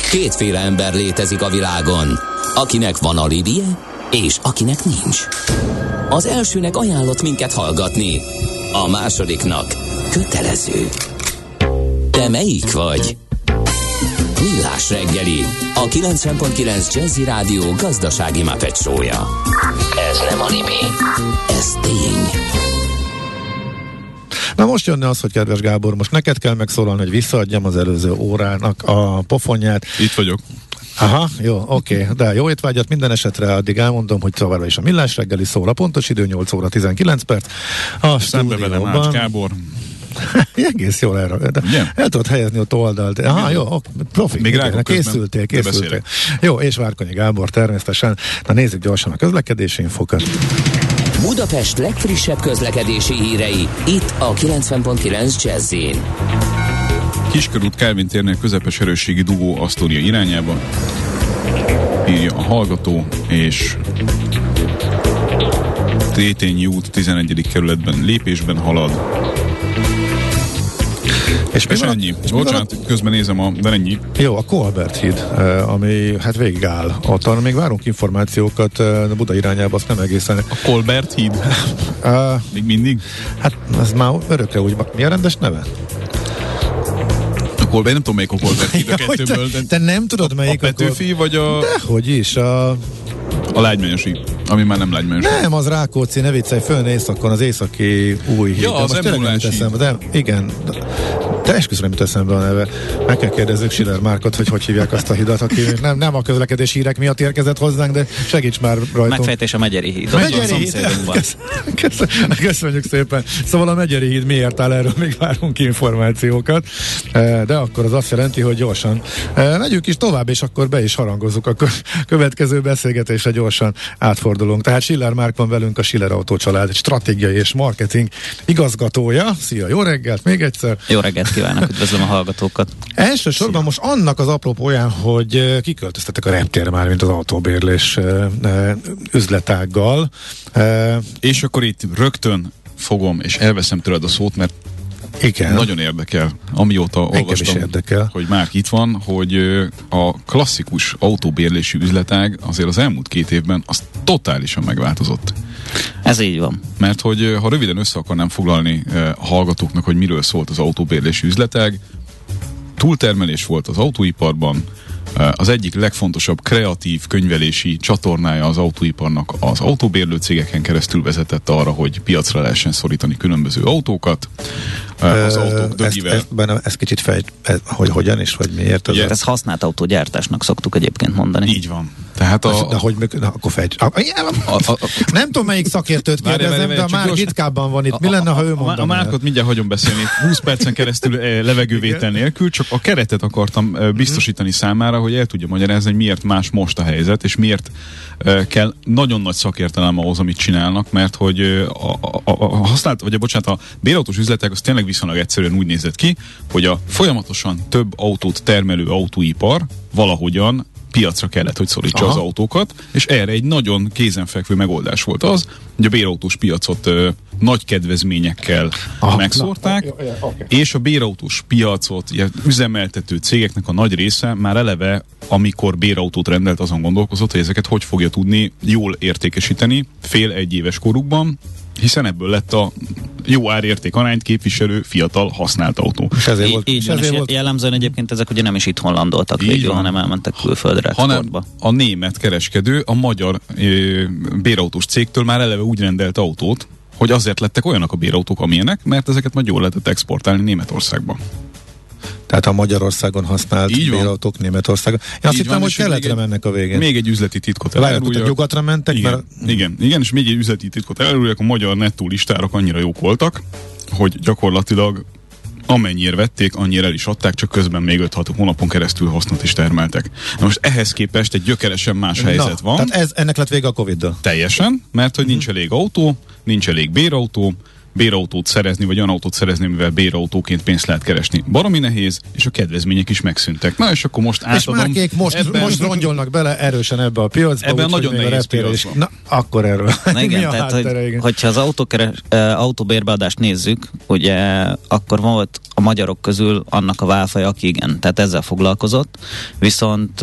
Kétféle ember létezik a világon, akinek van alibije, és akinek nincs. Az elsőnek ajánlott minket hallgatni, a másodiknak kötelező. Te melyik vagy? Millás reggeli, a 90.9 Jazzy Rádió gazdasági Muppet show-ja. Ez nem anime, ez tény. Na most jönne az, hogy kedves Gábor, most neked kell megszólalni, hogy visszaadjam az előző órának a pofonját. Itt vagyok. Aha, jó, oké. De jó étvágyat minden esetre, addig elmondom, hogy továbbra is a Millás reggeli szól, a pontos idő 8 óra 19 perc. A szembe velem Ács Gábor. Egész jól el tudod helyezni ott oldalt. Aha, jó, profi. Még igen, készültél. Jó, és Várkonyi Gábor természetesen. Na nézzük gyorsan a közlekedési infokat. Budapest legfrissebb közlekedési hírei, itt a 90.9 Jazz-in. Kiskörút Kálvin térnél közepes erősségi dugó Asztória irányába. Írja a hallgató, és Tétényi út 11. kerületben lépésben halad. És ennyi. Bocsánat, közben nézem de ennyi. Jó, a Kolbert híd, ami hát végig áll. Ott még várunk információkat Buda irányába, azt nem egészen. A Kolbert híd? Még mindig? Hát ez már örökre úgy. Mi a rendes neve? A Kolbert, nem tudom melyik a Kolbert híd a kettőből. Te nem tudod melyik a Petőfi, vagy a... Dehogy is, a Lágymányosi, ami már nem Lágymányos. Nem, az Rákóczi, ne viccelj, föln északon, az északi új híd. Ja, az M0-as de igen, te esküszöm nem jut eszembe a neve. Meg kell kérdezzük Schiller Márkot, hogy hívják azt a hidat, aki nem a közlekedés hírek miatt érkezett hozzánk, de segíts már rajtunk. Megfejtés a Megyeri híd. Köszönjük szépen. Szóval a Megyeri híd miért áll, erről még várunk információkat, de akkor az azt jelenti, hogy gyorsan megyünk is tovább, és akkor be is harangozzuk a következő beszélgetésre, gyorsan átfordulunk. Tehát Schiller Márk van velünk, a Schiller Autó család stratégiai és marketing igazgatója. Szia, jó reggelt még egyszer. Jó reggelt kívánok, üdvözlöm a hallgatókat. Elsősorban most annak az apropóján, hogy kiköltöztetek a reptérre már, mint az autóbérlés üzletággal. És akkor itt rögtön fogom, és elveszem tőled a szót, mert igen. Nagyon érdekel, amióta olvastam, hogy már itt van, hogy a klasszikus autóbérlési üzletág azért az elmúlt 2 évben az totálisan megváltozott. Ez így van. Mert hogy ha röviden össze akarnám foglalni a hallgatóknak, hogy miről szólt az autóbérlési üzletág, túltermelés volt az autóiparban, az egyik legfontosabb kreatív könyvelési csatornája az autóiparnak az autóbérlő cégeken keresztül vezetett arra, hogy piacra lehessen szorítani különböző autókat. Az autók dögivel. Ez kicsit hogy hogyan is, vagy miért? Ugye, ez használt autógyártásnak szoktuk egyébként mondani. Így van. Tehát de hogy akkor fejtsd. Nem tudom, melyik szakértőt kérdezem, de már ritkábban van itt. Mi lenne, ha ő mondaná? A Márkot mindjárt hagyom beszélni. 20 percen keresztül levegővétel nélkül, csak a keretet akartam biztosítani számára, hogy el tudja magyarázni, hogy miért más most a helyzet, és miért kell nagyon nagy szakértelem ahhoz, amit csinálnak, mert hogy a bérautós üzletek az tényleg viszonylag egyszerűen úgy nézett ki, hogy a folyamatosan több autót termelő autóipar valahogyan piacra kellett, hogy szorítsa az autókat, és erre egy nagyon kézenfekvő megoldás volt az, hogy a bérautós piacot nagy kedvezményekkel megszórták, és a bérautós piacot üzemeltető cégeknek a nagy része már eleve, amikor bérautót rendelt, azon gondolkozott, hogy ezeket hogy fogja tudni jól értékesíteni fél-1 éves korukban, hiszen ebből lett a jó árérték arányt képviselő fiatal használt autó. És jellemzően egyébként ezek ugye nem is itthon landoltak végül, hanem elmentek külföldre exportba. A német kereskedő a magyar bérautós cégtől már eleve úgy rendelt autót, hogy azért lettek olyanok a bérautók, amilyenek, mert ezeket majd jól lehetett exportálni Németországba. Tehát a Magyarországon használt bérautók Németországon. Én azt hittem, hogy keletre mennek a végén. Még egy üzleti titkot eláruljak. Nyugatra mentek? Igen, és még egy üzleti titkot eláruljak. A magyar nettó listárak annyira jók voltak, hogy gyakorlatilag amennyire vették, annyira el is adták, csak közben még 5-6 hónapon keresztül hasznot is termeltek. Na most ehhez képest egy gyökeresen más helyzet van. Tehát ennek lett vége a Covid-dal. Teljesen, mert hogy nincs elég autó, nincs elég bérautó, bérautót szerezni, vagy olyan autót szerezni, mivel bérautóként pénzt lehet keresni. Baromi nehéz, és a kedvezmények is megszűntek. Na és akkor most átadom. És márkék most rongyolnak bele erősen ebbe a piacba. Ebben nagyon nehéz piacba. Na, akkor erről. Igen, tehát, hogyha az autóbérbeadást nézzük, ugye akkor volt a magyarok közül annak a válfaj, aki igen, tehát ezzel foglalkozott, viszont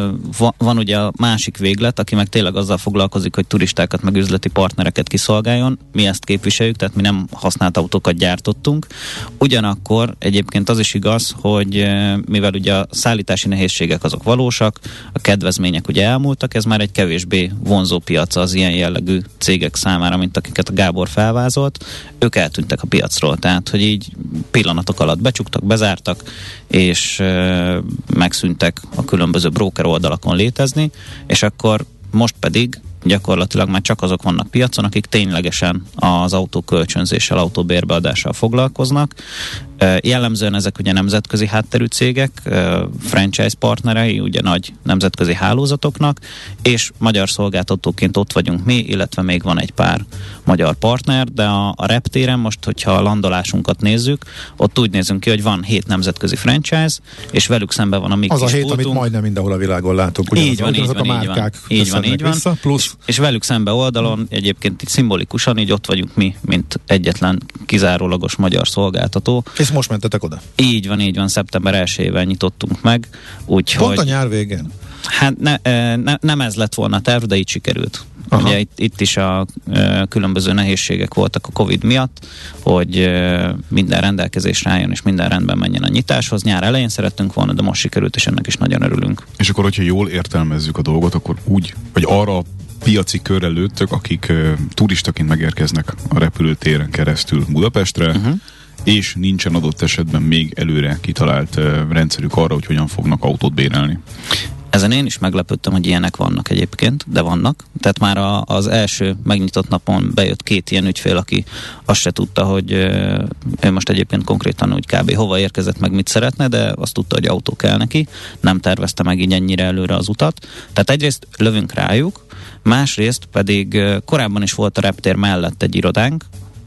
van ugye a másik véglet, aki meg tényleg azzal foglalkozik, hogy turistákat meg üzleti partnereket kiszolgáljon. Mi ezt képviseljük, tehát mi nem használt autókat gyártottunk. Ugyanakkor egyébként az is igaz, hogy mivel ugye a szállítási nehézségek azok valósak, a kedvezmények ugye elmúltak, ez már egy kevésbé vonzó piac az ilyen jellegű cégek számára, mint akiket a Gábor felvázolt. Ők eltűntek a piacról, tehát hogy így pillanatok alatt becsuktak, bezártak, és megszűntek a különböző broker oldalakon létezni, és akkor most pedig gyakorlatilag már csak azok vannak piacon, akik ténylegesen az autókölcsönzéssel, autóbérbeadással foglalkoznak. Jellemzően ezek ugye nemzetközi hátterű cégek, franchise partnerei, ugye nagy nemzetközi hálózatoknak, és magyar szolgáltatóként ott vagyunk mi, illetve még van egy pár magyar partner, de a reptéren most, hogyha a landolásunkat nézzük, ott úgy nézünk ki, hogy van 7 nemzetközi franchise, és velük szemben van a mi az kis a 7, pultunk. amit majdnem mindenhol a világon látunk. Így van, így van. Vissza, plusz. És velük szembe oldalon egyébként így szimbolikusan így ott vagyunk mi, mint egyetlen kizárólagos magyar szolgáltató. És most mentetek oda? Így van, szeptember 1-ével nyitottunk meg. Úgyhogy, pont a nyár végén? Hát nem ez lett volna a terv, de így sikerült. Aha. Ugye itt is a különböző nehézségek voltak a Covid miatt, hogy minden rendelkezésre álljon, és minden rendben menjen a nyitáshoz. Nyár elején szerettünk volna, de most sikerült, és ennek is nagyon örülünk. És akkor, hogyha jól értelmezzük a dolgot, akkor úgy, hogy arra piaci körre lőttök, akik turistaként megérkeznek a repülőtéren keresztül Budapestre, és nincsen adott esetben még előre kitalált rendszerük arra, hogy hogyan fognak autót bérelni. Ezen én is meglepődtem, hogy ilyenek vannak egyébként, de vannak. Tehát már az első megnyitott napon bejött 2 ilyen ügyfél, aki azt se tudta, hogy ő most egyébként konkrétan úgy kb. Hova érkezett, meg mit szeretne, de azt tudta, hogy autó kell neki. Nem tervezte meg így ennyire előre az utat. Tehát egyrészt lövünk rájuk, másrészt pedig korábban is volt a reptér mellett egy irodánk,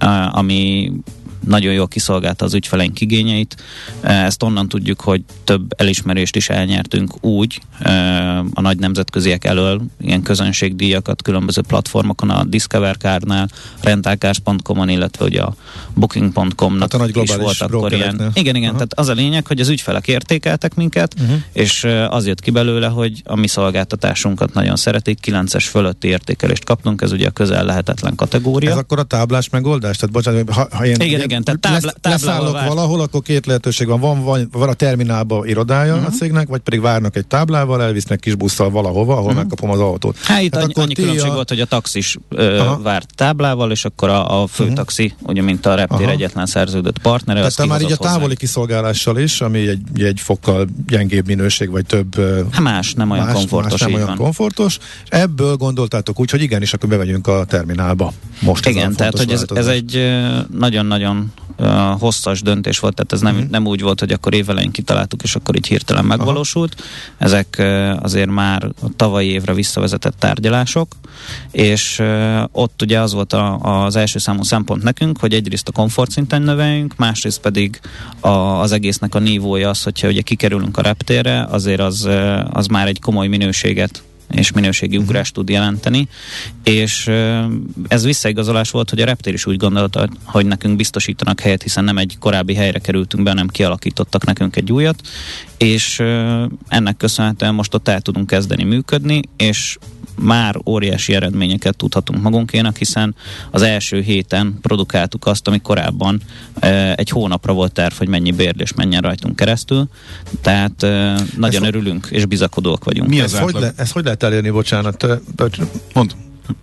ami nagyon jól kiszolgálta az ügyfeleink igényeit. Ezt onnan tudjuk, hogy több elismerést is elnyertünk úgy a nagy nemzetköziek elől, ilyen közönségdíjakat különböző platformokon, a Discover Cardnál, rentalcars.com-on, illetve ugye a Booking.com-nak hát is volt akkor ilyen. Igen, tehát az a lényeg, hogy az ügyfelek értékeltek minket, és az jött ki belőle, hogy a mi szolgáltatásunkat nagyon szeretik, 9-es fölötti értékelést kaptunk, ez ugye a közel lehetetlen kategória. Ez akkor a táblás megoldás? Tehát bocsánat, ha ilyen igen, tehát leszállok valahol, akkor 2 lehetőség van. Van a terminálban irodája a cégnek, vagy pedig várnak egy táblával, elvisznek kis busszal valahova, ahol megkapom az autót. Hát itt annyi különbség volt, hogy a taxis várt táblával, és akkor a főtaxi, ugye mint a reptér egyetlen szerződött partnere. Tehát már így a távoli kiszolgálással is, ami egy fokkal gyengébb minőség, vagy több... Más, nem olyan komfortos. Nem olyan komfortos. Ebből gondoltátok úgy, hogy igenis, akkor bemegyünk a terminálba. Most igen, tehát hogy ez egy nagyon-nagyon hosszas döntés volt, tehát ez nem úgy volt, hogy akkor évelején kitaláltuk, és akkor így hirtelen megvalósult. Ezek azért már a tavalyi évre visszavezetett tárgyalások, és ott ugye az volt az első számú szempont nekünk, hogy egyrészt a komfortszinten növeljünk, másrészt pedig az egésznek a nívója az, hogyha ugye kikerülünk a reptérre, azért az már egy komoly minőséget és minőségi ugrást tud jelenteni, és ez visszaigazolás volt, hogy a reptér is úgy gondolta, hogy nekünk biztosítanak helyet, hiszen nem egy korábbi helyre kerültünk be, hanem kialakítottak nekünk egy újat, és ennek köszönhetően most ott el tudunk kezdeni működni, és már óriási eredményeket tudhatunk magunkénak, hiszen az első héten produkáltuk azt, ami korábban egy hónapra volt terv, hogy mennyi bérlés menjen rajtunk keresztül, tehát nagyon örülünk és bizakodók vagyunk. Mi az ezt hogy lehet elérni, bocsánat? Mondd.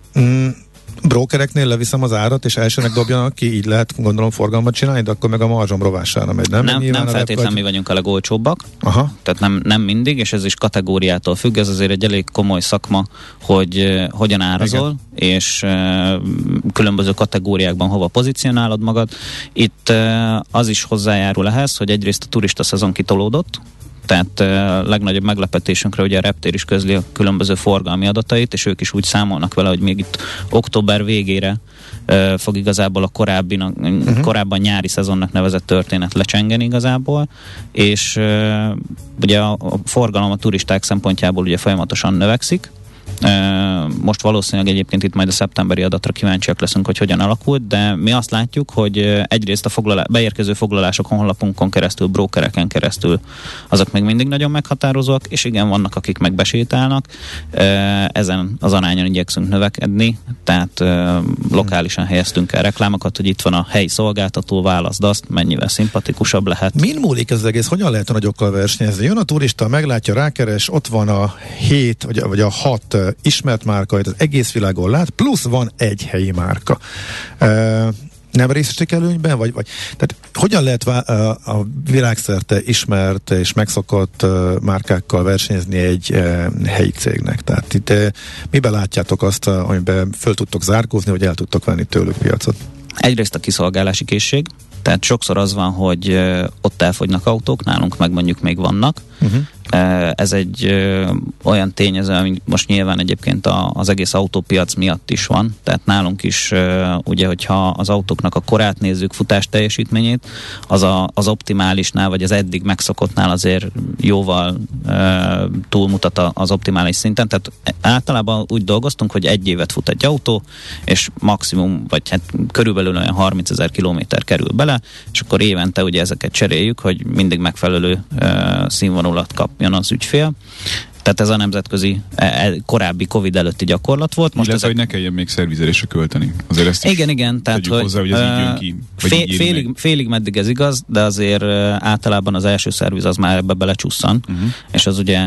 Brokereknél leviszem az árat, és elsőnek dobjanak ki, így lehet gondolom forgalmat csinálni, de akkor meg a marzsom rovására megy, nem? Nem feltétlenül mi vagyunk a legolcsóbbak, tehát nem mindig, és ez is kategóriától függ, ez azért egy elég komoly szakma, hogy hogyan árazol, és különböző kategóriákban hova pozícionálod magad. Itt az is hozzájárul ehhez, hogy egyrészt a turista szezon kitolódott, tehát legnagyobb meglepetésünkre ugye a reptér is közli a különböző forgalmi adatait, és ők is úgy számolnak vele, hogy még itt október végére fog igazából a korábban nyári szezonnak nevezett történet lecsengeni igazából, és ugye a forgalom a turisták szempontjából ugye folyamatosan növekszik. Most valószínűleg egyébként itt majd a szeptemberi adatra kíváncsiak leszünk, hogy hogyan alakult, de mi azt látjuk, hogy egyrészt a beérkező foglalások honlapunkon keresztül, brokereken keresztül azok még mindig nagyon meghatározóak, és igen, vannak, akik meg besétálnak. Ezen az arányon igyekszünk növekedni, tehát lokálisan helyeztünk el reklámokat, hogy itt van a helyi szolgáltató, válaszd azt, mennyivel szimpatikusabb lehet. Min múlik ez az egész? Hogyan lehet a nagyokkal versenyezni? Jön a turista, meglátja, rákeres, ott van a 7 vagy a 6 ismert márka, az egész világon lát, plusz van egy helyi márka. Nem részesek előnyben? Vagy? Tehát hogyan lehet a világszerte ismert és megszokott márkákkal versenyezni egy helyi cégnek? Tehát itt miben látjátok azt, amiben föl tudtok zárkózni, vagy el tudtok venni tőlük piacot? Egyrészt a kiszolgálási készség, tehát sokszor az van, hogy ott elfogynak autók, nálunk meg mondjuk még vannak. Ez egy olyan tényező, ami most nyilván egyébként az egész autópiac miatt is van, tehát nálunk is ugye, hogyha az autóknak a korát nézzük, futás teljesítményét, az optimálisnál, vagy az eddig megszokottnál azért jóval túlmutat az optimális szinten, tehát általában úgy dolgoztunk, hogy 1 évet fut egy autó, és maximum, vagy hát körülbelül olyan 30 000 kilométer kerül bele, és akkor évente ugye ezeket cseréljük, hogy mindig megfelelő színvonalat kapjon az ügyfél. Tehát ez a nemzetközi korábbi Covid előtti gyakorlat volt. Most illetve, hogy ne kelljen még szervizelésre költeni. Azért ezt is igen. Tehát, hogy hozzá, hogy ez így jön ki. Félig meddig ez igaz, de azért általában az első szerviz az már ebbe belecsusszan, és az ugye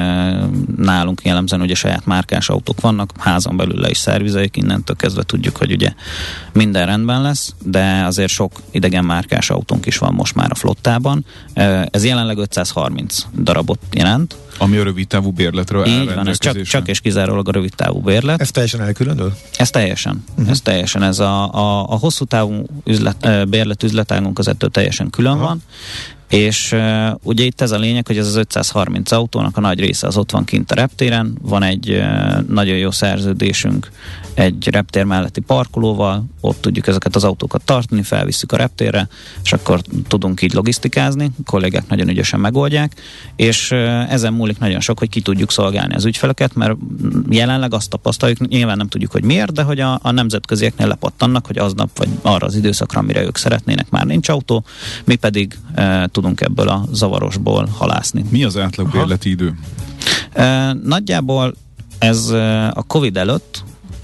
nálunk jellemzően ugye saját márkás autók vannak, házon belül le is szervizeljük, innentől kezdve tudjuk, hogy ugye minden rendben lesz, de azért sok idegen márkás autónk is van most már a flottában. Ez jelenleg 530 darabot jelent. Ami a rövid távú bérletről áll. Így van, ez csak és kizárólag a rövid távú bérlet. Ez teljesen elkülönül? Ez teljesen. Ez teljesen. Ez a hosszú távú bérlet üzletágunk az ettől teljesen külön van. És ugye itt ez a lényeg, hogy ez az 530 autónak a nagy része az ott van kint a reptéren, van egy nagyon jó szerződésünk egy reptér melletti parkolóval, ott tudjuk ezeket az autókat tartani, felvisszük a reptérre, és akkor tudunk így logisztikázni, a kollégák nagyon ügyesen megoldják, és ezen múlik nagyon sok, hogy ki tudjuk szolgálni az ügyfeleket, mert jelenleg azt tapasztaljuk, nyilván nem tudjuk, hogy miért, de hogy a nemzetközieknél lepattannak, hogy aznap vagy arra az időszakra, amire ők szeretnének, már nincs autó, mi pedig tudunk ebből a zavarosból halászni. Mi az átlag bérleti idő? Nagyjából ez a Covid előtt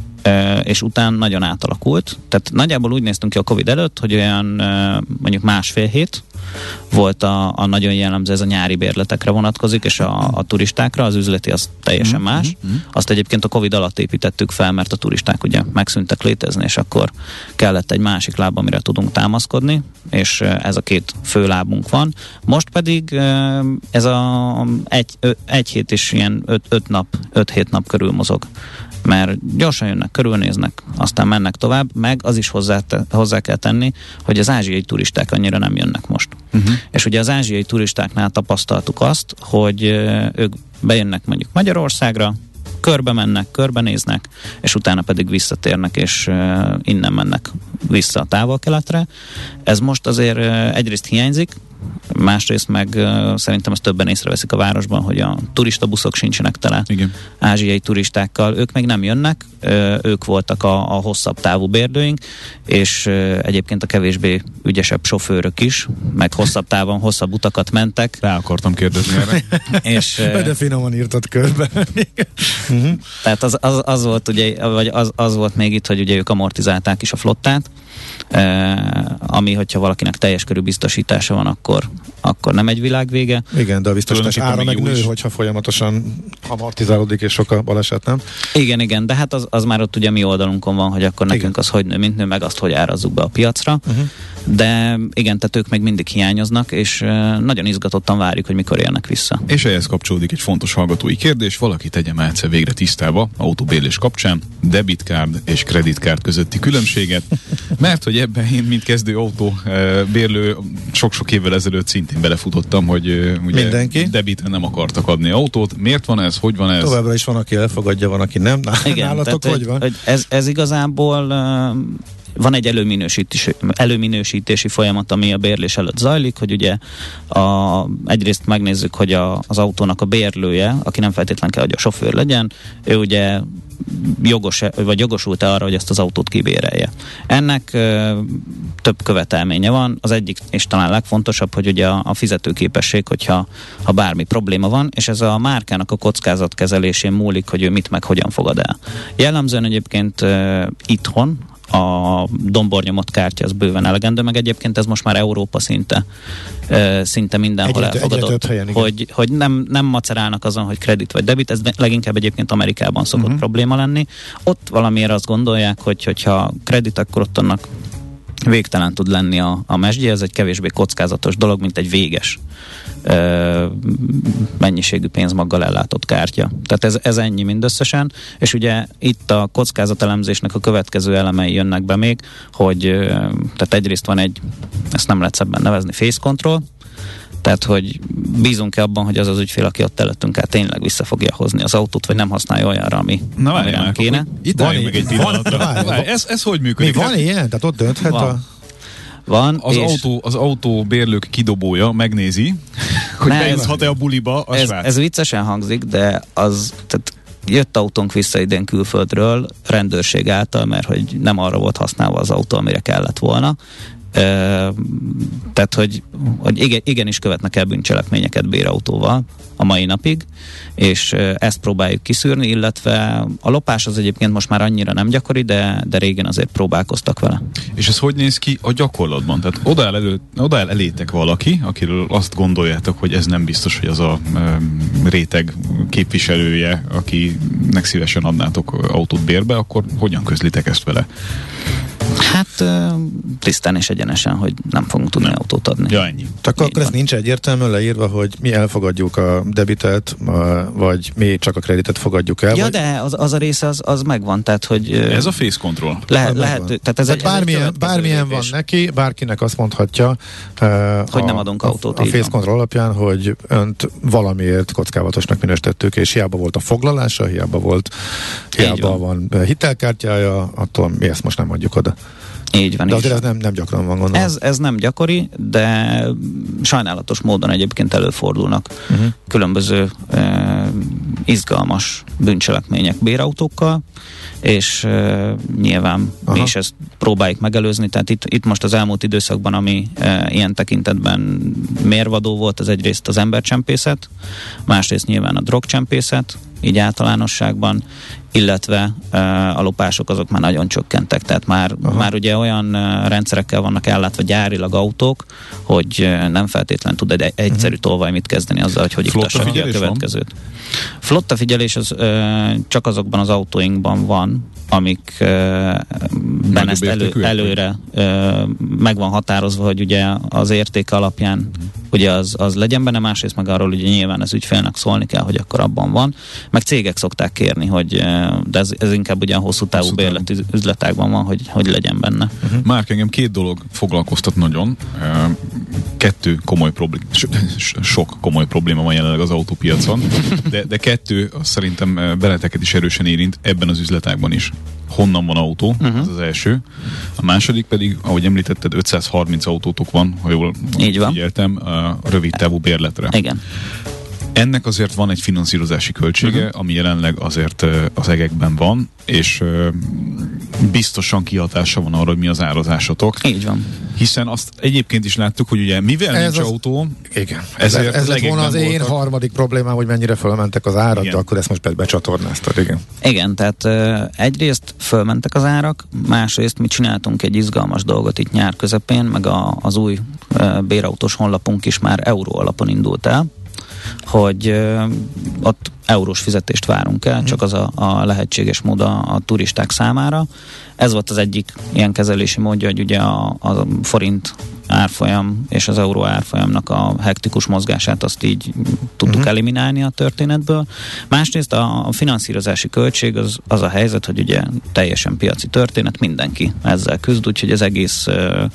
és után nagyon átalakult. Tehát nagyjából úgy néztünk ki a Covid előtt, hogy olyan mondjuk 1,5 hét volt a nagyon jellemző, ez a nyári bérletekre vonatkozik, és a turistákra, az üzleti az teljesen más. Azt egyébként a Covid alatt építettük fel, mert a turisták ugye megszűntek létezni, és akkor kellett egy másik láb, amire tudunk támaszkodni, és ez a 2 fő lábunk van. Most pedig ez egy hét is ilyen 5-7 nap körül mozog, mert gyorsan jönnek, körülnéznek, aztán mennek tovább, meg az is hozzá kell tenni, hogy az ázsiai turisták annyira nem jönnek most. És ugye az ázsiai turistáknál tapasztaltuk azt, hogy ők bejönnek mondjuk Magyarországra, körbe mennek, körbenéznek, és utána pedig visszatérnek, és innen mennek vissza a távol-keletre. Ez most azért egyrészt hiányzik, másrészt meg szerintem azt többen észreveszik a városban, hogy a turistabuszok sincsenek tele ázsiai turistákkal. Ők még nem jönnek, ők voltak a hosszabb távú bérdőink, és egyébként a kevésbé ügyesebb sofőrök is, meg hosszabb távon, hosszabb utakat mentek. Rá akartam kérdezni erre. És, de finoman írtad körbe. Tehát az volt ugye, vagy az volt még itt, hogy ugye ők amortizálták is a flottát, ami, hogyha valakinek teljes körű biztosítása van, akkor nem egy világvége. Igen, de a biztosítás ára meg nő, hogyha folyamatosan amortizálódik, és sok a baleset, nem? Igen, de hát az már ott ugye mi oldalunkon van, hogy akkor nekünk az hogy nő, mint nő, meg azt, hogy árazzuk be a piacra. De igen, tehát ők még mindig hiányoznak, és nagyon izgatottan várjuk, hogy mikor érnek vissza. És ehhez kapcsolódik egy fontos hallgatói kérdés, valaki tegye már egyszer végre tisztába autóbérlés kapcsán debitkárd és kreditkárd közötti különbséget, mert hogy ebben én, mint kezdő autóbérlő, sok-sok évvel ezelőtt szintén belefutottam, hogy ugye debitre nem akartak adni autót. Miért van ez? Hogy van ez? Továbbra is van, aki elfogadja, van, aki nem. Igen, nálatok tehát, hogy van? Hogy ez igazából van egy előminősítési folyamat, ami a bérlés előtt zajlik, hogy ugye egyrészt megnézzük, hogy az autónak a bérlője, aki nem feltétlenül kell, hogy a sofőr legyen, ő ugye jogosult-e arra, hogy ezt az autót kibérelje. Ennek több követelménye van. Az egyik, és talán legfontosabb, hogy ugye a fizetőképesség, hogyha bármi probléma van, és ez a márkának a kockázatkezelésén múlik, hogy ő mit meg hogyan fogad el. Jellemzően egyébként itthon a dombornyomott kártya az bőven elegendő, meg egyébként ez most már Európa szinte mindenhol elfogadott, hogy nem macerálnak azon, hogy kredit vagy debit, ez leginkább egyébként Amerikában szokott probléma lenni. Ott valamiért azt gondolják, hogyha kredit, akkor ott annak végtelen tud lenni a mesdje, ez egy kevésbé kockázatos dolog, mint egy véges mennyiségű pénzmaggal ellátott kártya. Tehát ez ennyi mindösszesen, és ugye itt a kockázatelemzésnek a következő elemei jönnek be még, hogy tehát egyrészt van ezt nem lehet szebben nevezni, face control, tehát, hogy bízunk-e abban, hogy az ügyfél, aki ott előttünk áll, tényleg vissza fogja hozni az autót, vagy nem használja olyanra, ami nem kéne. Itt álljunk meg egy pillanatra. Ez hogy működik? Van ilyen? Tehát ott dönthet Van. Az autó bérlők kidobója megnézi, hogy bejuthat-e a buliba a Svác. Ez viccesen hangzik, de tehát jött autónk vissza idén külföldről rendőrség által, mert hogy nem arra volt használva az autó, amire kellett volna. Tehát, hogy igenis követnek el bűncselekményeket bérautóval a mai napig, és ezt próbáljuk kiszűrni, illetve a lopás az egyébként most már annyira nem gyakori, de régen azért próbálkoztak vele. És ez hogy néz ki a gyakorlatban? Tehát oda elétek valaki, akiről azt gondoljátok, hogy ez nem biztos, hogy az a réteg képviselője, akinek szívesen adnátok autót bérbe, akkor hogyan közlitek ezt vele? Hát tisztán és egyenesen, hogy nem fogunk tudni autót adni. Ja, ennyi. Akkor ez nincs egyértelműen leírva, hogy mi elfogadjuk a debitet, vagy mi csak a kreditet fogadjuk el? Ja, vagy... de az a része az megvan, tehát, hogy... Ez a face control. Lehet, tehát bármilyen van neki, bárkinek azt mondhatja, hogy nem adunk autót. A face control alapján, hogy önt valamiért kockázatosnak minősítettük, és hiába volt a foglalása, hiába van hitelkártyája, attól mi ezt most nem adjuk oda. Így van. De azért ez nem gyakran van, gondolom. Ez nem gyakori, de sajnálatos módon egyébként előfordulnak különböző izgalmas bűncselekmények bérautókkal, és nyilván mi is ezt próbáljuk megelőzni, tehát itt most az elmúlt időszakban, ami ilyen tekintetben mérvadó volt, az egyrészt az embercsempészet, másrészt nyilván a drogcsempészet, így általánosságban, illetve a lopások azok már nagyon csökkentek, tehát már ugye olyan rendszerekkel vannak ellátva gyárilag autók, hogy nem feltétlenül tud egy egyszerű tolvaj mit kezdeni azzal, hogy iktassák ki a következőt. Flottafigyelés az csak azokban az autóinkban van, amikben ezt előre meg van határozva, hogy ugye az érték alapján ugye az legyen benne, másrészt meg arról ugye nyilván az ügyfélnek szólni kell, hogy akkor abban van. Meg cégek szokták kérni, hogy de ez inkább ugye a hosszú távú bérleti üzletágban van, hogy legyen benne. Márk, engem két dolog foglalkoztat nagyon. Kettő komoly probléma, sok komoly probléma van jelenleg az autópiacon, de kettő azt szerintem beleteket is erősen érint ebben az üzletágban is. Honnan van autó, ez az első. A második pedig, ahogy említetted, 530 autótok van, ha jól figyeltem, rövid távú bérletre. Igen. Ennek azért van egy finanszírozási költsége, ami jelenleg azért az egekben van, és biztosan kihatása van arra, hogy mi az árazásotok. Így van. Hiszen azt egyébként is láttuk, hogy ugye mivel nincs autó, igen. Ez lett volna az én harmadik problémám, hogy mennyire fölmentek az árak, de akkor ezt most becsatornáztad, igen. Igen, tehát egyrészt fölmentek az árak, másrészt mi csináltunk egy izgalmas dolgot itt nyár közepén, meg az új bérautós honlapunk is már euró alapon indult el, hogy ott eurós fizetést várunk el, csak az a lehetséges mód a turisták számára. Ez volt az egyik ilyen kezelési módja, hogy ugye a forint árfolyam és az euró árfolyamnak a hektikus mozgását azt így tudtuk eliminálni a történetből. Másrészt a finanszírozási költség az a helyzet, hogy ugye teljesen piaci történet, mindenki ezzel küzd, úgyhogy az egész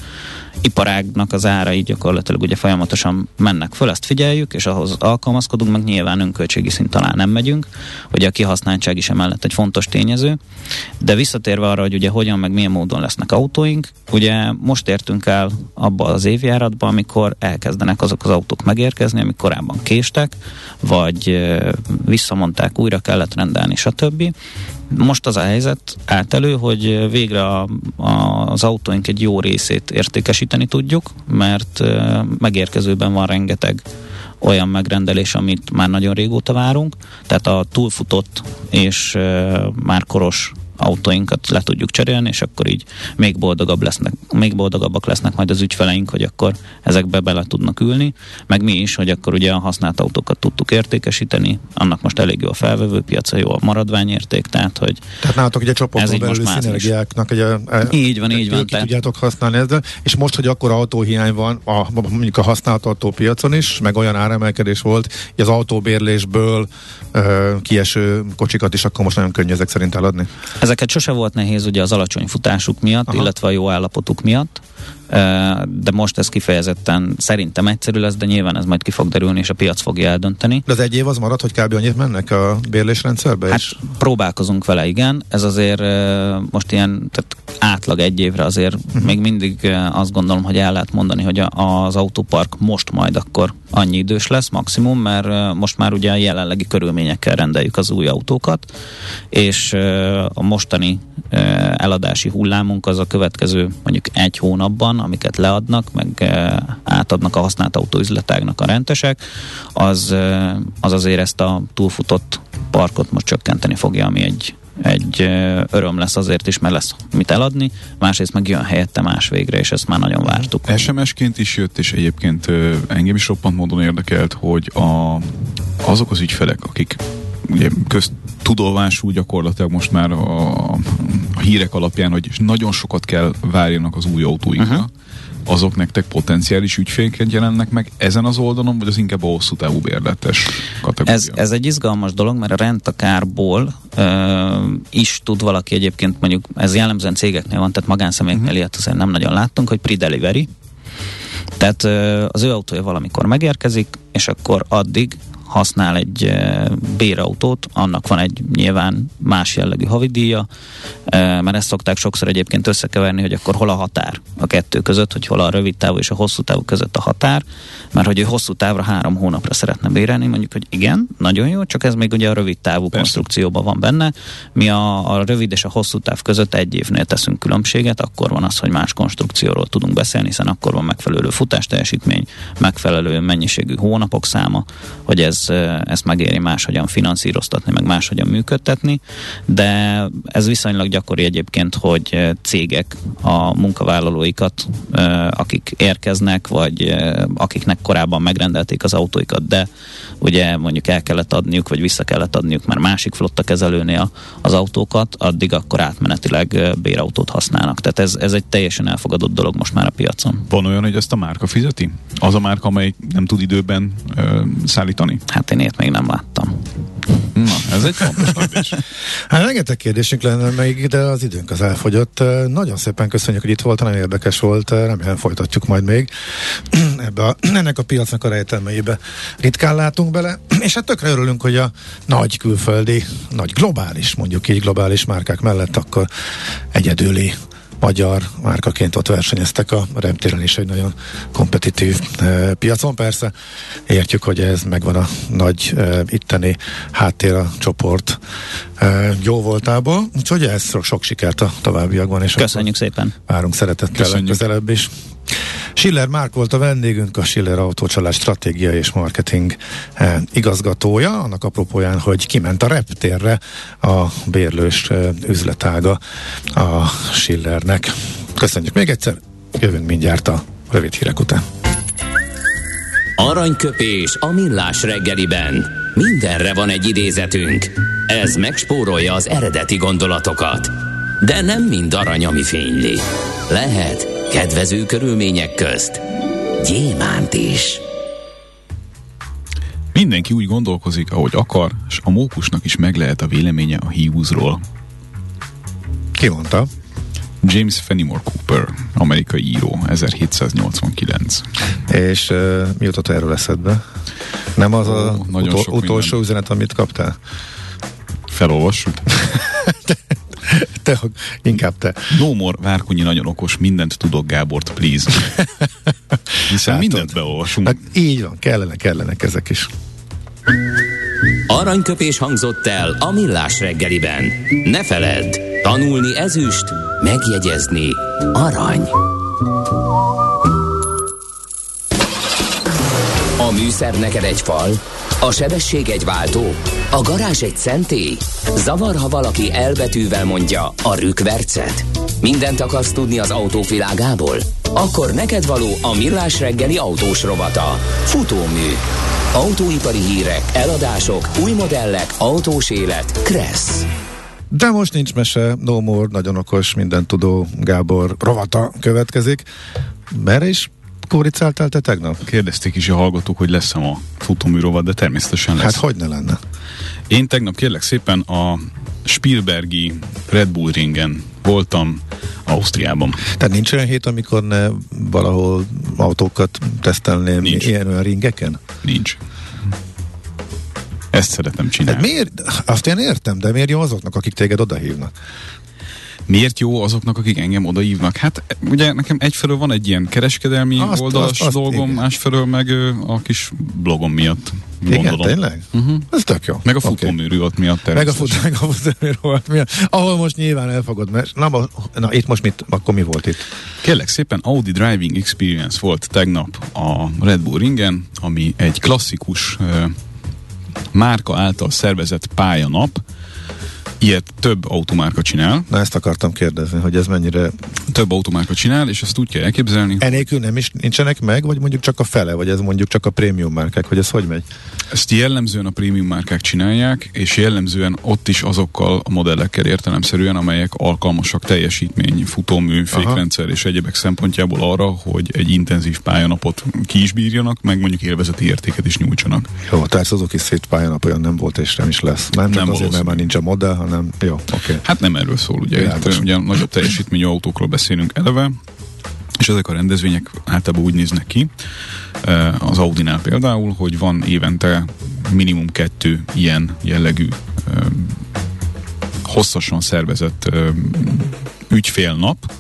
iparágnak az árai gyakorlatilag ugye folyamatosan mennek föl, ezt figyeljük, és ahhoz alkalmazkodunk, meg nyilván önköltségi szint alá nem megyünk, ugye a kihasználtság is emellett egy fontos tényező, de visszatérve arra, hogy ugye hogyan meg milyen módon lesznek autóink, ugye most értünk el abba az évjáratba, amikor elkezdenek azok az autók megérkezni, amik korábban késtek, vagy visszamondták, újra kellett rendelni, stb. Most az a helyzet állt elő, hogy végre az autóink egy jó részét értékesíteni tudjuk, mert megérkezőben van rengeteg olyan megrendelés, amit már nagyon régóta várunk, tehát a túlfutott és már koros autóinkat le tudjuk cserélni, és akkor így még boldogabbak lesznek majd az ügyfeleink, hogy akkor ezekbe bele tudnak ülni, meg mi is, hogy akkor ugye a használt autókat tudtuk értékesíteni, annak most elég jó a felvevő piaca, jó a maradványérték, tehát hogy tehát nálatok ugye csoporton belüli szinergiáknak így van, ki tudjátok használni ezzel, és most, hogy akkor autóhiány van, mondjuk a használt autópiacon is, meg olyan áremelkedés volt, hogy az autóbérlésből kieső kocsikat is akkor most nagyon könnyű ezek szerint eladni. Ezeket sose volt nehéz ugye az alacsony futásuk miatt, illetve a jó állapotuk miatt, de most ez kifejezetten szerintem egyszerű lesz, de nyilván ez majd ki fog derülni, és a piac fogja eldönteni. De az egy év az marad, hogy kb. Annyit mennek a bérlésrendszerbe? Hát próbálkozunk vele, igen. Ez azért most ilyen, tehát átlag egy évre azért még mindig azt gondolom, hogy el lehet mondani, hogy az autópark most majd akkor annyi idős lesz maximum, mert most már ugye a jelenlegi körülményekkel rendeljük az új autókat, és a mostani eladási hullámunk az a következő mondjuk egy hónapban, amiket leadnak, meg átadnak a használt autóüzletágnak a rentesek, az azért ezt a túlfutott parkot most csökkenteni fogja, ami egy öröm lesz azért is, mert lesz mit eladni, másrészt meg jön helyette más végre, és ezt már nagyon vártuk. SMS-ként is jött, és egyébként engem is roppant módon érdekelt, hogy azok az ügyfelek, akik ugye köztudolvású gyakorlatilag most már a hírek alapján, hogy nagyon sokat kell várjanak az új autóinkra, azok nektek potenciális ügyfélként jelennek meg ezen az oldalon, vagy az inkább a hosszú távú bérletes kategória? Ez egy izgalmas dolog, mert a rent-a-car-ból is tud valaki egyébként, mondjuk ez jellemzően cégeknél van, tehát magánszemélyeknél ilyet azért nem nagyon láttunk, hogy pre-delivery. Tehát az ő autója valamikor megérkezik, és akkor addig használ egy bérautót, annak van egy nyilván más jellegű havidíja, mert ezt szokták sokszor egyébként összekeverni, hogy akkor hol a határ a kettő között, hogy hol a rövid távú és a hosszú távú között a határ, mert hogy ő hosszú távra 3 hónapra szeretne bérelni, mondjuk, hogy igen, nagyon jó, csak ez még ugye a rövid távú konstrukcióban van benne. Mi a rövid és a hosszú táv között 1 évnél teszünk különbséget, akkor van az, hogy más konstrukcióról tudunk beszélni, hiszen akkor van megfelelő futásteljesítmény, megfelelő mennyiségű hónapok száma, hogy ezt megéri máshogyan finanszíroztatni, meg máshogyan működtetni, de ez viszonylag gyakori egyébként, hogy cégek a munkavállalóikat, akik érkeznek, vagy akiknek korábban megrendelték az autóikat, de ugye mondjuk el kellett adniuk, vagy vissza kellett adniuk már másik flotta kezelőnél az autókat, addig akkor átmenetileg bérautót használnak. Tehát ez egy teljesen elfogadott dolog most már a piacon. Van olyan, hogy ezt a márka fizeti? Az a márka, amely nem tud időben szállítani? Hát én ilyet még nem láttam. Na, ez egy fontos kérdés. Hát rengeteg kérdésünk lenne még, de az időnk az elfogyott. Nagyon szépen köszönjük, hogy itt volt, nagyon érdekes volt, remélem folytatjuk majd még. Ennek a piacnak a rejtelmeibe ritkán látunk bele, és hát tökre örülünk, hogy a nagy külföldi, nagy globális, mondjuk így globális márkák mellett akkor egyedüli magyar márkaként ott versenyeztek a reptéren is egy nagyon kompetitív piacon. Persze értjük, hogy ez megvan a nagy itteni háttér a csoport jó voltából, úgyhogy ez sok sikert a továbbiakban. És köszönjük szépen! Várunk szeretettel közelebb is. Schiller Márk volt a vendégünk, a Schiller Autócsalád stratégia és marketing igazgatója, annak apropóján, hogy kiment a reptérre a bérlős üzletága a Schillernek. Köszönjük még egyszer, jövünk mindjárt a rövid hírek után. Aranyköpés a millás reggeliben. Mindenre van egy idézetünk. Ez megspórolja az eredeti gondolatokat. De nem mind arany, ami fényli. Lehet kedvező körülmények közt gyémánt is. Mindenki úgy gondolkozik, ahogy akar, és a mókusnak is meg lehet a véleménye a hiúzról. Ki mondta? James Fenimore Cooper, amerikai író, 1789. És mi jutott erről eszedbe? Nem az utolsó üzenet, amit kaptál? Felolvassuk. Inkább te. No more, Várkonyi nagyon okos, mindent tudok, Gábort, please. Hiszen mindent beolvasunk. Hát így van, kellenek ezek is. Aranyköpés hangzott el a Millás reggeliben. Ne feledd, tanulni ezüst, megjegyezni arany. A műszer neked egy fal, a sebesség egy váltó, a garázs egy szentély. Zavar, ha valaki elbetűvel mondja a rükvercet. Mindent akarsz tudni az autók világából? Akkor neked való a Millás reggeli autós rovata. Futómű. Autóipari hírek, eladások, új modellek, autós élet. Kressz. De most nincs mese, no more, nagyon okos, mindent tudó Gábor rovata következik. Merre is kóricáltál te tegnap? Kérdezték is a hallgatók, hogy lesz-e a futómű rovat, de természetesen lesz. Hát hogy ne lenne? Én tegnap kérlek szépen a Spielbergi Red Bull ringen voltam Ausztriában. Tehát nincs olyan hét, amikor ne valahol autókat tesztelném ilyen olyan ringeken? Nincs. Ezt szeretem csinálni. Hát miért? Azt én értem, de miért jó azoknak, akik téged odahívnak? Miért jó azoknak, akik engem odahívnak? Hát ugye nekem egyfelől van egy ilyen kereskedelmi oldalas dolgom, igen. Másfelől meg a kis blogom miatt. Igen, gondolom. Tényleg? Ez tök jó. Meg a futóműrű ott miatt természetesen. Meg a futóműrű ott miatt. Ahol most nyilván elfogod, mert na itt most akkor mi volt itt? Kérlek szépen, Audi Driving Experience volt tegnap a Red Bull ringen, ami egy klasszikus márka által szervezett pályanap. Ilyet több automárka csinál. Na ezt akartam kérdezni, hogy ez mennyire... Több automárka csinál, és ezt úgy kell elképzelni. Enélkül nem is nincsenek meg, vagy mondjuk csak a fele, vagy ez mondjuk csak a prémium márkák, hogy ez hogy megy? Ezt jellemzően a prémium márkák csinálják, és jellemzően ott is azokkal a modellekkel értelemszerűen, amelyek alkalmasak teljesítmény, futómű, fékrendszer és egyebek szempontjából arra, hogy egy intenzív pályanapot ki is bírjanak, meg mondjuk élvezeti értéket is nyújtsanak. Jó, tehát Suzuki Swift pályanap olyan nem volt, és nem is lesz. Nem csak azért, mert már nincs a modell, hanem jó, oké. Hát nem erről szól, ugye. Itt ugye nagyobb teljesítményű autókról beszélünk eleve, és ezek a rendezvények általában úgy néznek ki, az Audinál például, hogy van évente minimum 2 ilyen jellegű hosszasan szervezett ügyfélnap,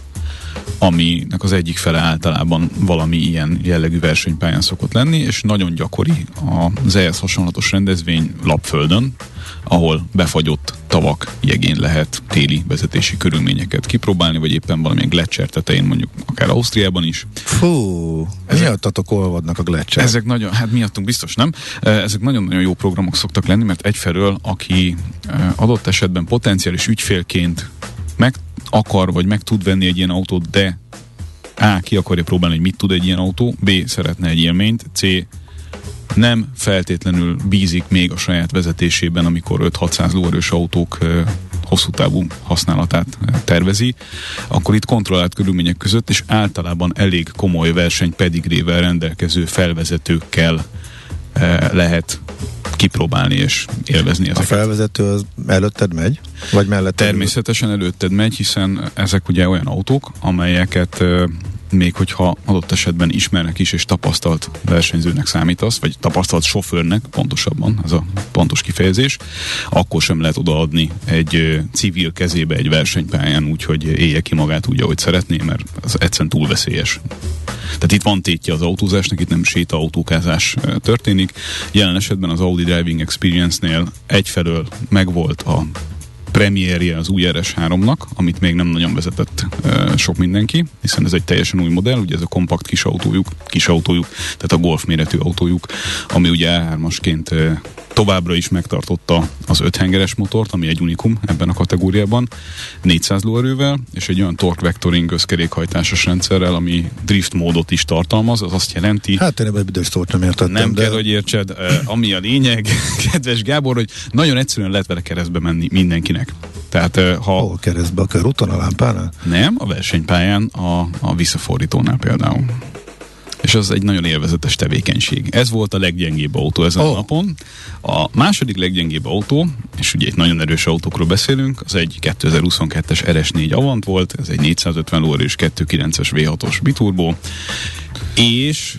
aminek az egyik fele általában valami ilyen jellegű versenypályán szokott lenni, és nagyon gyakori az ehhez hasonlatos rendezvény Lapföldön, ahol befagyott tavak jegén lehet téli vezetési körülményeket kipróbálni, vagy éppen valamilyen gletszer tetején, mondjuk akár Ausztriában is. Fú, miattatok olvadnak a gletszer? Ezek nagyon, hát miattunk biztos nem. Ezek nagyon-nagyon jó programok szoktak lenni, mert egyfelől, aki adott esetben potenciális ügyfélként meg akar, vagy meg tud venni egy ilyen autót, de A. ki akarja próbálni, hogy mit tud egy ilyen autó, B. szeretne egy élményt, C. nem feltétlenül bízik még a saját vezetésében, amikor 5-600 lóerős autók hosszú távú használatát tervezi, akkor itt kontrollált körülmények között, és általában elég komoly versenypedigrével rendelkező felvezetőkkel lehet kipróbálni és élvezni ezeket. A felvezető az előtted megy? Vagy melletted? Természetesen előtted megy, hiszen ezek ugye olyan autók, amelyeket még hogyha adott esetben ismernek is, és tapasztalt versenyzőnek számítasz, vagy tapasztalt sofőrnek, pontosabban, ez a pontos kifejezés, akkor sem lehet odaadni egy civil kezébe egy versenypályán úgy, hogy élje ki magát úgy, ahogy szeretné, mert az egyszerűen túl veszélyes. Tehát itt van tétje az autózásnak, itt nem sétaautókázás történik. Jelen esetben az Audi Driving Experience-nél egyfelől megvolt a premierje az új RS3-nak, amit még nem nagyon vezetett sok mindenki, hiszen ez egy teljesen új modell, ugye ez a kompakt kis autójuk, tehát a Golf méretű autójuk, ami ugye E3-asként továbbra is megtartotta az 5 hengeres motort, ami egy unikum ebben a kategóriában, 400 lóerővel, és egy olyan torque vectoring összkerékhajtásos rendszerrel, ami drift módot is tartalmaz, az azt jelenti... Hát én ebben büdös szót nem értettem. Nem kell, hogy értsed, ami a lényeg, kedves Gábor, hogy nagyon egyszerűen lehet vele keresztbe menni mindenkinek. Tehát, hol keresztbe? A körúton, a lámpánál? Nem, a versenypályán, a visszafordítónál például. és az egy nagyon élvezetes tevékenység. Ez volt a leggyengébb autó ezen a napon. A második leggyengébb autó, és ugye egy nagyon erős autókról beszélünk, az egy 2022-es RS4 Avant volt, ez egy 450 lóerős 2.9-es V6-os biturbó, és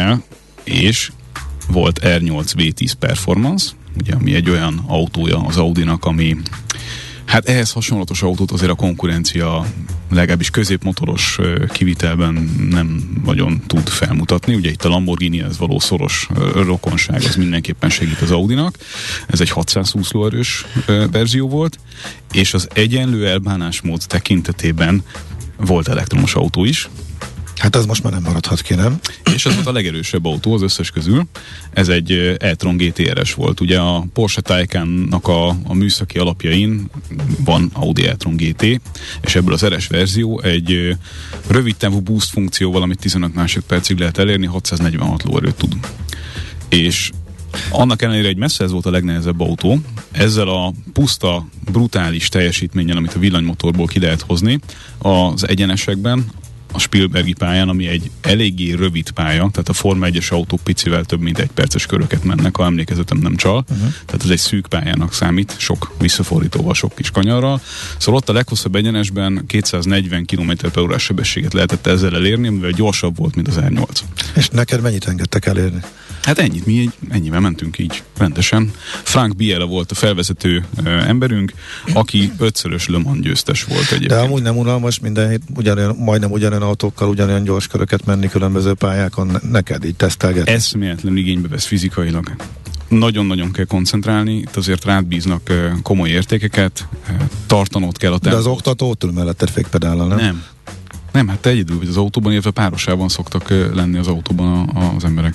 volt R8 V10 Performance, ugye, ami egy olyan autója az Audinak, ami hát ehhez hasonlatos autót azért a konkurencia legalábbis középmotoros kivitelben nem nagyon tud felmutatni. Ugye itt a Lamborghinihez való szoros rokonság az mindenképpen segít az Audinak. Ez egy 620 lóerős verzió volt, és az egyenlő elbánásmód tekintetében volt elektromos autó is. Hát ez most már nem maradhat ki, nem? És ez volt a legerősebb autó az összes közül. Ez egy e-tron GT-RS volt. Ugye a Porsche Taycannak a műszaki alapjain van Audi e-tron GT, és ebből az RS verzió egy rövid távú boost funkcióval, amit 15 másodpercig lehet elérni, 646 lóerőt tud. És annak ellenére egy messze ez volt a legnehezebb autó. Ezzel a puszta, brutális teljesítménnyel, amit a villanymotorból ki lehet hozni az egyenesekben, a Spielbergi pályán, ami egy eléggé rövid pálya, tehát a Forma 1-es autók picivel több mint 1 perces köröket mennek, ha emlékezetem nem csal. Tehát ez egy szűk pályának számít, sok visszafordítóval, sok kis kanyarral. Szóval ott a leghosszabb egyenesben 240 km/h sebességet lehetett ezzel elérni, mivel gyorsabb volt, mint az R8. És neked mennyit engedtek elérni? Hát ennyit, ennyivel mentünk így rendesen. Frank Biela volt a felvezető emberünk, aki 5-szörös Le Mans győztes volt egyébként. De amúgy nem unalmas minden hét majdnem ugyanolyan autókkal, ugyanolyan gyors köröket menni különböző pályákon, neked így tesztelgetni? Eszméletlen igénybe vesz fizikailag. Nagyon-nagyon kell koncentrálni, itt azért rád bíznak komoly értékeket, tartanod kell a tempót. De az oktató ott ül melletted fékpedállal, nem? Nem, hát te egyedül vagy az autóban, illetve párosában szoktak lenni az autóban az emberek.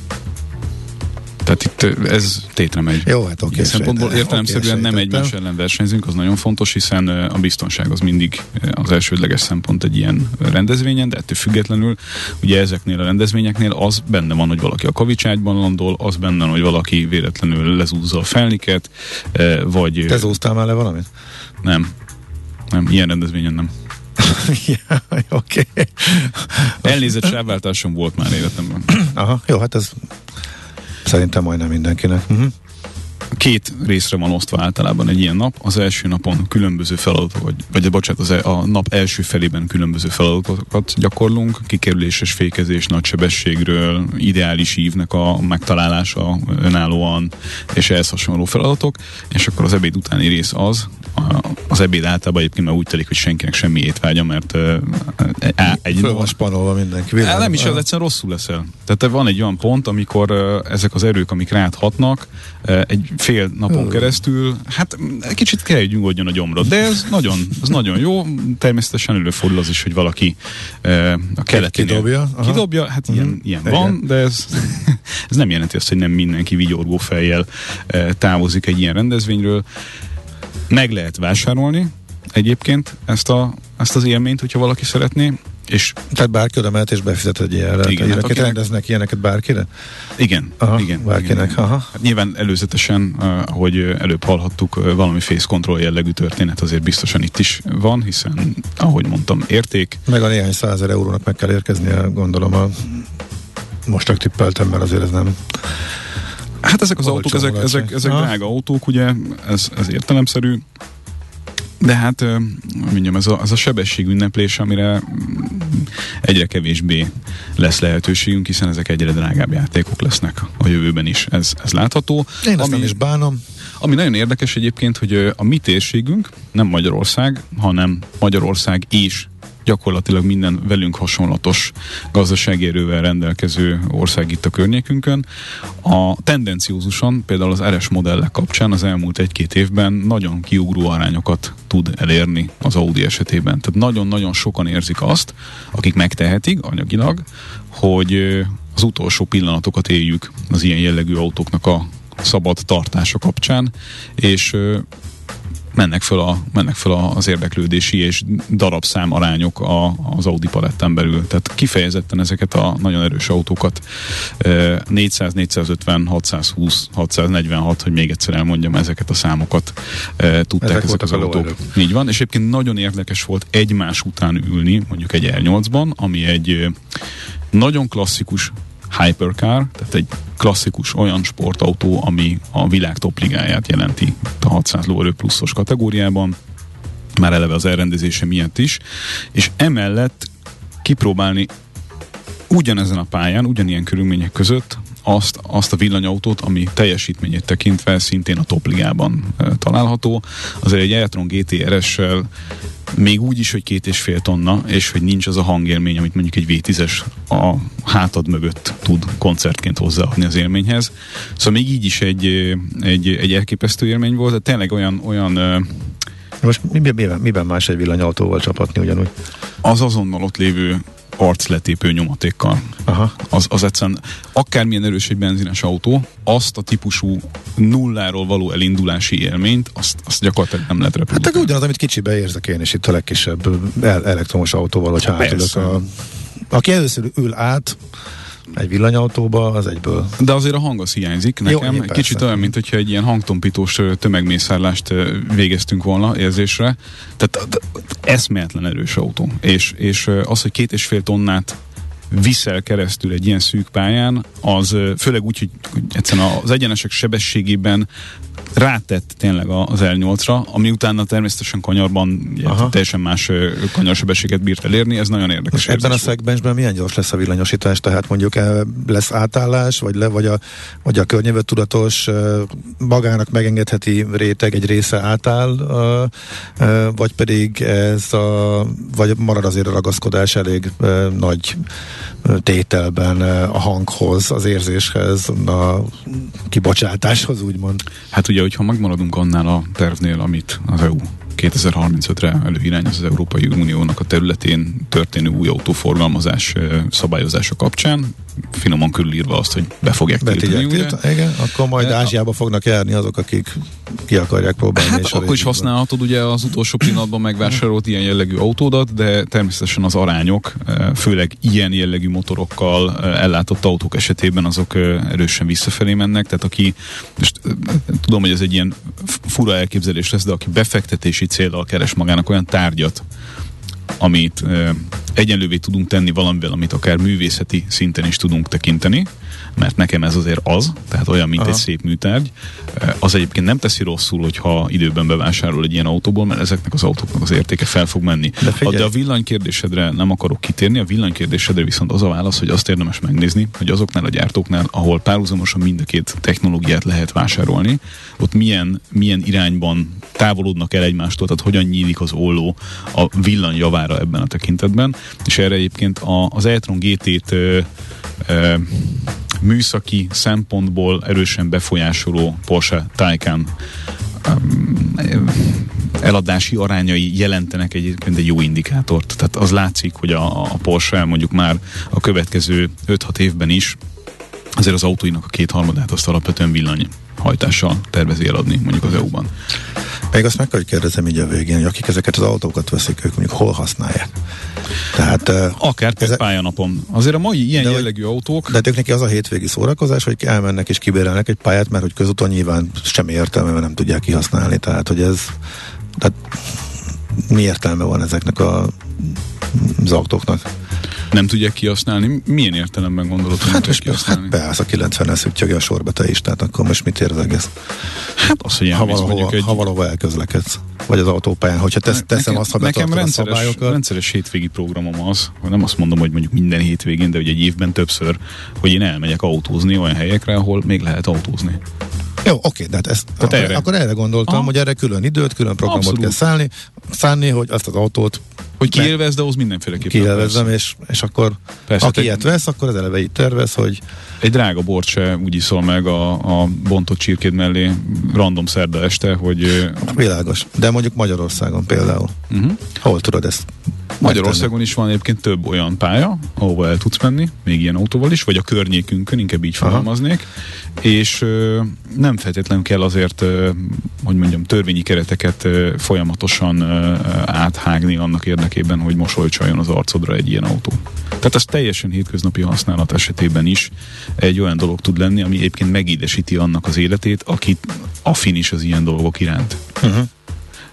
Tehát itt ez tétre megy. Jó, hát oké. Szempontból értelemszerűen nem egymás ellen versenyzünk, az nagyon fontos, hiszen a biztonság az mindig az elsődleges szempont egy ilyen rendezvényen, de ettől függetlenül ugye ezeknél a rendezvényeknél az benne van, hogy valaki a kavicságyban landol, az benne van, hogy valaki véletlenül lezúzza a felniket, vagy... Te zúztál már le valamit? Nem, ilyen rendezvényen nem. Ja, oké. Elnézett sávváltásom volt már életemben. Aha, jó, hát ez szerintem majdnem mindenkinek. 2 részre van osztva általában egy ilyen nap. Az első napon különböző feladatokat, vagy bocsánat, a nap első felében különböző feladatokat gyakorlunk, kikerüléses fékezés, nagy sebességről, ideális ívnek a megtalálása önállóan, és ehhez hasonló feladatok, és akkor az ebéd utáni rész az ebéd általában egyébként már úgy telik, hogy senkinek semmi étvágya, mert föl van spanolva mindenki. Nem is, az egyszerűen rosszul leszel. Tehát van egy olyan pont, amikor ezek az erők, amik rád hatnak, egy fél napon keresztül, hát kicsit kell, hogy nyugodjon a gyomrod, de ez nagyon jó. Természetesen előfordul az is, hogy valaki a keleténél kidobja, hát ilyen van, de ez nem jelenti azt, hogy nem mindenki vigyorgó fejjel távozik egy ilyen rendezvényről. Meg lehet vásárolni egyébként ezt az élményt, hogyha valaki szeretné. És tehát bárki oda mehet és befizet egy ilyenre. Igen, hát rendeznek ilyeneket bárkire? Igen. Bárkinek. Igen. Hát nyilván előzetesen, ahogy előbb hallhattuk, valami face control jellegű történet azért biztosan itt is van, hiszen, ahogy mondtam, érték. Meg a néhány 100 000 eurónak meg kell érkeznie, gondolom most csak tippeltem, mert azért ez nem... Hát ezek az autók, ezek drága autók, ugye, ez értelemszerű. De hát, mondjam, ez a sebességünneplés, amire egyre kevésbé lesz lehetőségünk, hiszen ezek egyre drágább játékok lesznek a jövőben is. Ez látható. Én ezt nem is bánom. Ami nagyon érdekes egyébként, hogy a mi térségünk nem Magyarország, hanem Magyarország és gyakorlatilag minden velünk hasonlatos gazdasági erővel rendelkező ország itt a környékünkön. A tendenciózusan, például az RS modellek kapcsán az elmúlt 1-2 évben nagyon kiugró arányokat tud elérni az Audi esetében. Tehát nagyon-nagyon sokan érzik azt, akik megtehetik anyagilag, hogy az utolsó pillanatokat éljük az ilyen jellegű autóknak a szabad tartása kapcsán, és mennek föl az érdeklődési és darabszám arányok az Audi palettán belül. Tehát kifejezetten ezeket a nagyon erős autókat 400, 450, 620, 646, hogy még egyszer elmondjam, ezeket a számokat tudták ezek az autók. Így van, és egyébként nagyon érdekes volt egymás után ülni, mondjuk egy R8-ban, ami egy nagyon klasszikus hypercar, tehát egy klasszikus olyan sportautó, ami a világ topligáját jelenti a 600 lóerő pluszos kategóriában, már eleve az elrendezése miatt is, és emellett kipróbálni ugyanezen a pályán, ugyanilyen körülmények között azt a villanyautót, ami teljesítményét tekintve szintén a topligában található. Azért egy e-tron GT-RS-sel még úgy is, hogy 2,5 tonna, és hogy nincs az a hangélmény, amit mondjuk egy V10-es a hátad mögött tud koncertként hozzáadni az élményhez. Szóval még így is egy elképesztő élmény volt, de tényleg olyan most miben más egy villanyautóval csapatni ugyanúgy? Az azonnal ott lévő arcletépő nyomatékkal. Aha. Az egyszerűen akármilyen erős egy benzines autó, azt a típusú nulláról való elindulási élményt, azt gyakorlatilag nem lehet reprodukálni. Hát ugyanaz, amit kicsibe érzek én is itt a legkisebb elektromos autóval, hogy átülök aki először ül át egy villanyautóba, az egyből. De azért a hang az hiányzik nekem. Jó, kicsit olyan, mint hogyha egy ilyen hangtompítós tömegmészárlást végeztünk volna érzésre. Tehát eszméletlen erős autó. És az, hogy 2,5 tonnát viszel keresztül egy ilyen szűk pályán, az főleg úgy, hogy egyszerűen az egyenesek sebességében rátett tényleg az L8-ra, ami utána természetesen kanyarban teljesen más kanyarsebességet bírt elérni, ez nagyon érdekes. Ebben a szegmensben milyen gyors lesz a villanyosítás? Tehát mondjuk lesz átállás, vagy a környezettudatos magának megengedheti réteg egy része átáll, vagy pedig vagy marad azért a ragaszkodás elég nagy tételben a hanghoz, az érzéshez, a kibocsátáshoz, úgymond. Hát ugye, hogyha megmaradunk annál a tervnél, amit az EU 2035-re előirányoz az Európai Uniónak a területén történő új autóforgalmazás szabályozása kapcsán, finoman körülírva azt, hogy be fogják tiltani. Igen, akkor majd Ázsiába fognak járni azok, akik ki akarják próbálni. Hát akkor is használhatod ugye az utolsó pillanatban megvásárolt ilyen jellegű autódat, de természetesen az arányok, főleg ilyen jellegű motorokkal ellátott autók esetében azok erősen visszafelé mennek, tehát aki, most tudom, hogy ez egy ilyen fura elképzelés lesz, de aki befektetési céllal keres magának olyan tárgyat, amit egyenlővé tudunk tenni valamivel, amit akár művészeti szinten is tudunk tekinteni, mert nekem ez azért tehát olyan, mint egy szép műtárgy. Az egyébként nem teszi rosszul, hogyha időben bevásárol egy ilyen autóból, mert ezeknek az autóknak az értéke fel fog menni. De a villanykérdésedre nem akarok kitérni, a villanykérdésedre viszont az a válasz, hogy azt érdemes megnézni, hogy azoknál a gyártóknál, ahol párhuzamosan mind a két technológiát lehet vásárolni, ott milyen irányban távolodnak el egymástól, tehát hogyan nyílik az olló a villany javára ebben a tekintetben, és erre egyébként az e-tron GT-t műszaki szempontból erősen befolyásoló Porsche Taycan eladási arányai jelentenek egyébként egy jó indikátort. Tehát az látszik, hogy a Porsche mondjuk már a következő 5-6 évben is azért az autóinak a 2/3 azt alapvetően villanyhajtással tervezi eladni mondjuk az EU-ban. Még azt meg kell, hogy kérdezem így a végén, hogy akik ezeket az autókat veszik, ők mondjuk hol használják? Tehát, akár pályanapon. Azért a mai ilyen jellegű autók... De ők neki az a hétvégi szórakozás, hogy elmennek és kibérelnek egy pályát, mert hogy közúton nyilván semmi értelme, mert nem tudják kihasználni. Tehát, hogy tehát mi értelme van ezeknek az autóknak? Nem tudják kihasználni? Milyen értelemben gondolod, hogy nem tudják kihasználni? Hát beállsz a 90-es ügyögi a sorba te is, tehát akkor most mit ér az egész? Hát az, hogy ha valahova elközlekedsz, vagy az autópályán, hogyha teszem azt, ha betartod a szabályokat. Rendszeres hétvégi programom az, hogy nem azt mondom, hogy mondjuk minden hétvégén, de hogy egy évben többször, hogy én elmegyek autózni olyan helyekre, ahol még lehet autózni. Jó, oké, de hát akkor erre gondoltam, hogy erre külön időt, külön programot kell szánni, hogy azt az autót hogy kiélvezd, de ahhoz mindenféleképpen. Kiélvezzem, és akkor persze, aki ilyet vesz, akkor az eleve így tervez, hogy... Egy drága bort se úgy iszol meg a bontott csirkéd mellé random szerda este, hogy... Világos. De mondjuk Magyarországon például. Hol tudod ezt? Magyarországon is van egyébként több olyan pálya, ahova el tudsz menni, még ilyen autóval is, vagy a környékünkön, inkább így fogalmaznék, és nem feltétlenül kell azért, hogy mondjam, törvényi kereteket folyamatosan áthágni annak érdekében, hogy mosolyt csaljon az arcodra egy ilyen autó. Tehát ez teljesen hétköznapi használat esetében is egy olyan dolog tud lenni, ami egyébként megédesíti annak az életét, aki affin is az ilyen dolgok iránt.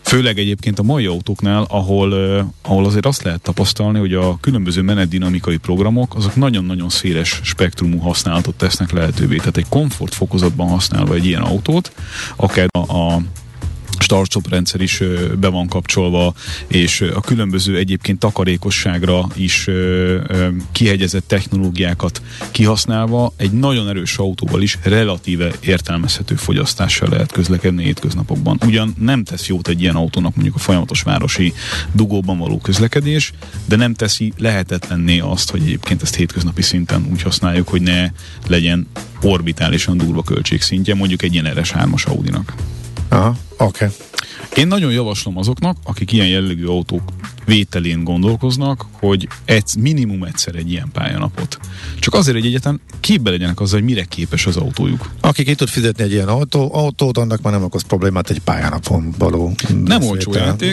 Főleg egyébként a mai autóknál, ahol azért azt lehet tapasztalni, hogy a különböző menetdinamikai programok, azok nagyon-nagyon széles spektrumú használatot tesznek lehetővé. Tehát egy komfortfokozatban használva egy ilyen autót, akár a start-stop rendszer is be van kapcsolva, és a különböző egyébként takarékosságra is kihegyezett technológiákat kihasználva egy nagyon erős autóval is relatíve értelmezhető fogyasztással lehet közlekedni hétköznapokban. Ugyan nem tesz jót egy ilyen autónak mondjuk a folyamatos városi dugóban való közlekedés, de nem teszi lehetetlenné azt, hogy egyébként ezt hétköznapi szinten úgy használjuk, hogy ne legyen orbitálisan durva költségszintje mondjuk egy ilyen RS3-as Audinak. Aha, oké. Én nagyon javaslom azoknak, akik ilyen jellegű autók vételén gondolkoznak, hogy minimum egyszer egy ilyen pályanapot. Csak azért, hogy egyáltalán képbe legyenek azzal, hogy mire képes az autójuk. Aki ki tud fizetni egy ilyen autót, annak már nem okoz problémát egy pályánapon való. Nem olcsó játék,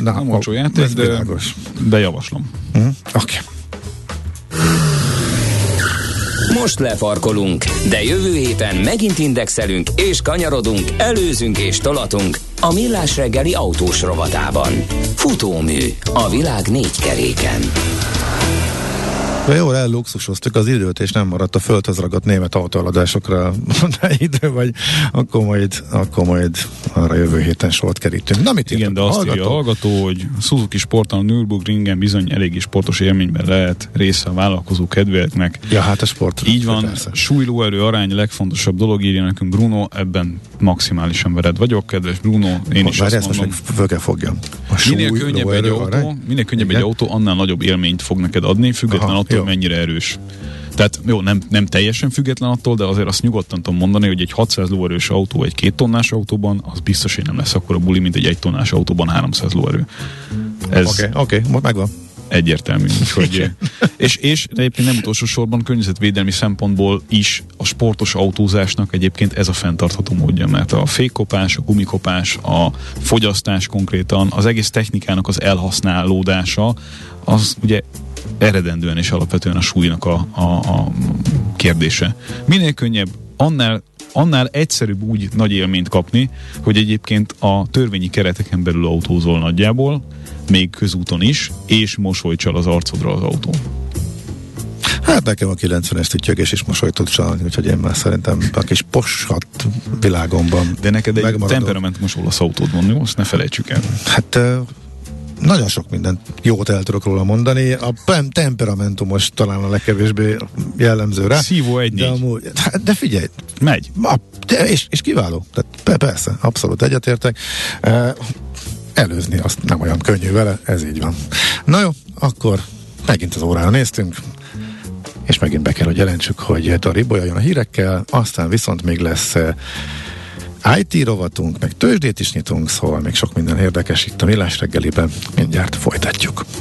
de javaslom. Oké. Most lefarkolunk, de jövő héten megint indexelünk és kanyarodunk, előzünk és tolatunk a Millás reggeli autós rovatában. Futómű a világ 4 keréken. Jól elluxusoztuk az időt, és nem maradt a földhöz ragadt német autóeladásokra idő, vagy akkor majd arra jövő héten sort kerítünk. Na, mit igen, de azt írja a hallgató, hogy Suzuki Sporton Nürburgringen bizony eléggé sportos élményben lehet része a vállalkozó kedvéletnek. Ja, hát a sport. Így van, súly-lóerő arány legfontosabb dolog, írja nekünk Bruno, ebben maximálisan vered vagyok, kedves Bruno, én is azt mondom. Föl kell fogjam. Minél könnyebb egy autó, annál nagyobb élményt fog neked adni, független attól, mennyire erős. Tehát jó, nem teljesen független attól, de azért azt nyugodtan tudom mondani, hogy egy 600 lóerős autó egy 2 tonnás autóban, az biztos, hogy nem lesz akkora buli, mint egy 1 tonnás autóban 300 lóerő. Oké, megvan. Egyértelmű. és egyébként nem utolsó sorban környezetvédelmi szempontból is a sportos autózásnak egyébként ez a fenntartható módja, mert a fékkopás, a gumikopás, a fogyasztás konkrétan, az egész technikának az elhasználódása, az ugye eredendően és alapvetően a súlynak a kérdése. Minél könnyebb, annál egyszerűbb úgy nagy élményt kapni, hogy egyébként a törvényi kereteken belül autózol nagyjából, még közúton is, és mosolyt csal az arcodra az autó. Hát nekem a 90-es tütyögés is mosolyt tud csalni, úgyhogy én már szerintem a kis poshat világomban. De neked egy temperamentumos olasz autód van, jó? Azt ne felejtsük el. Hát nagyon sok mindent jót el tudok róla mondani. A temperamentumos talán a legkevésbé jellemző rá. Szívó 1.4. De figyelj. Megy. És kiváló. Tehát persze, abszolút egyetértek. Előzni azt nem olyan könnyű vele, ez így van. Na jó, akkor megint az órára néztünk, és megint be kell, hogy jelentsük, hogy Dari Bolya jön a hírekkel, aztán viszont még lesz IT rovatunk, meg tőzsdét is nyitunk, szóval még sok minden érdekes itt a Millás reggeliben. Mindjárt folytatjuk.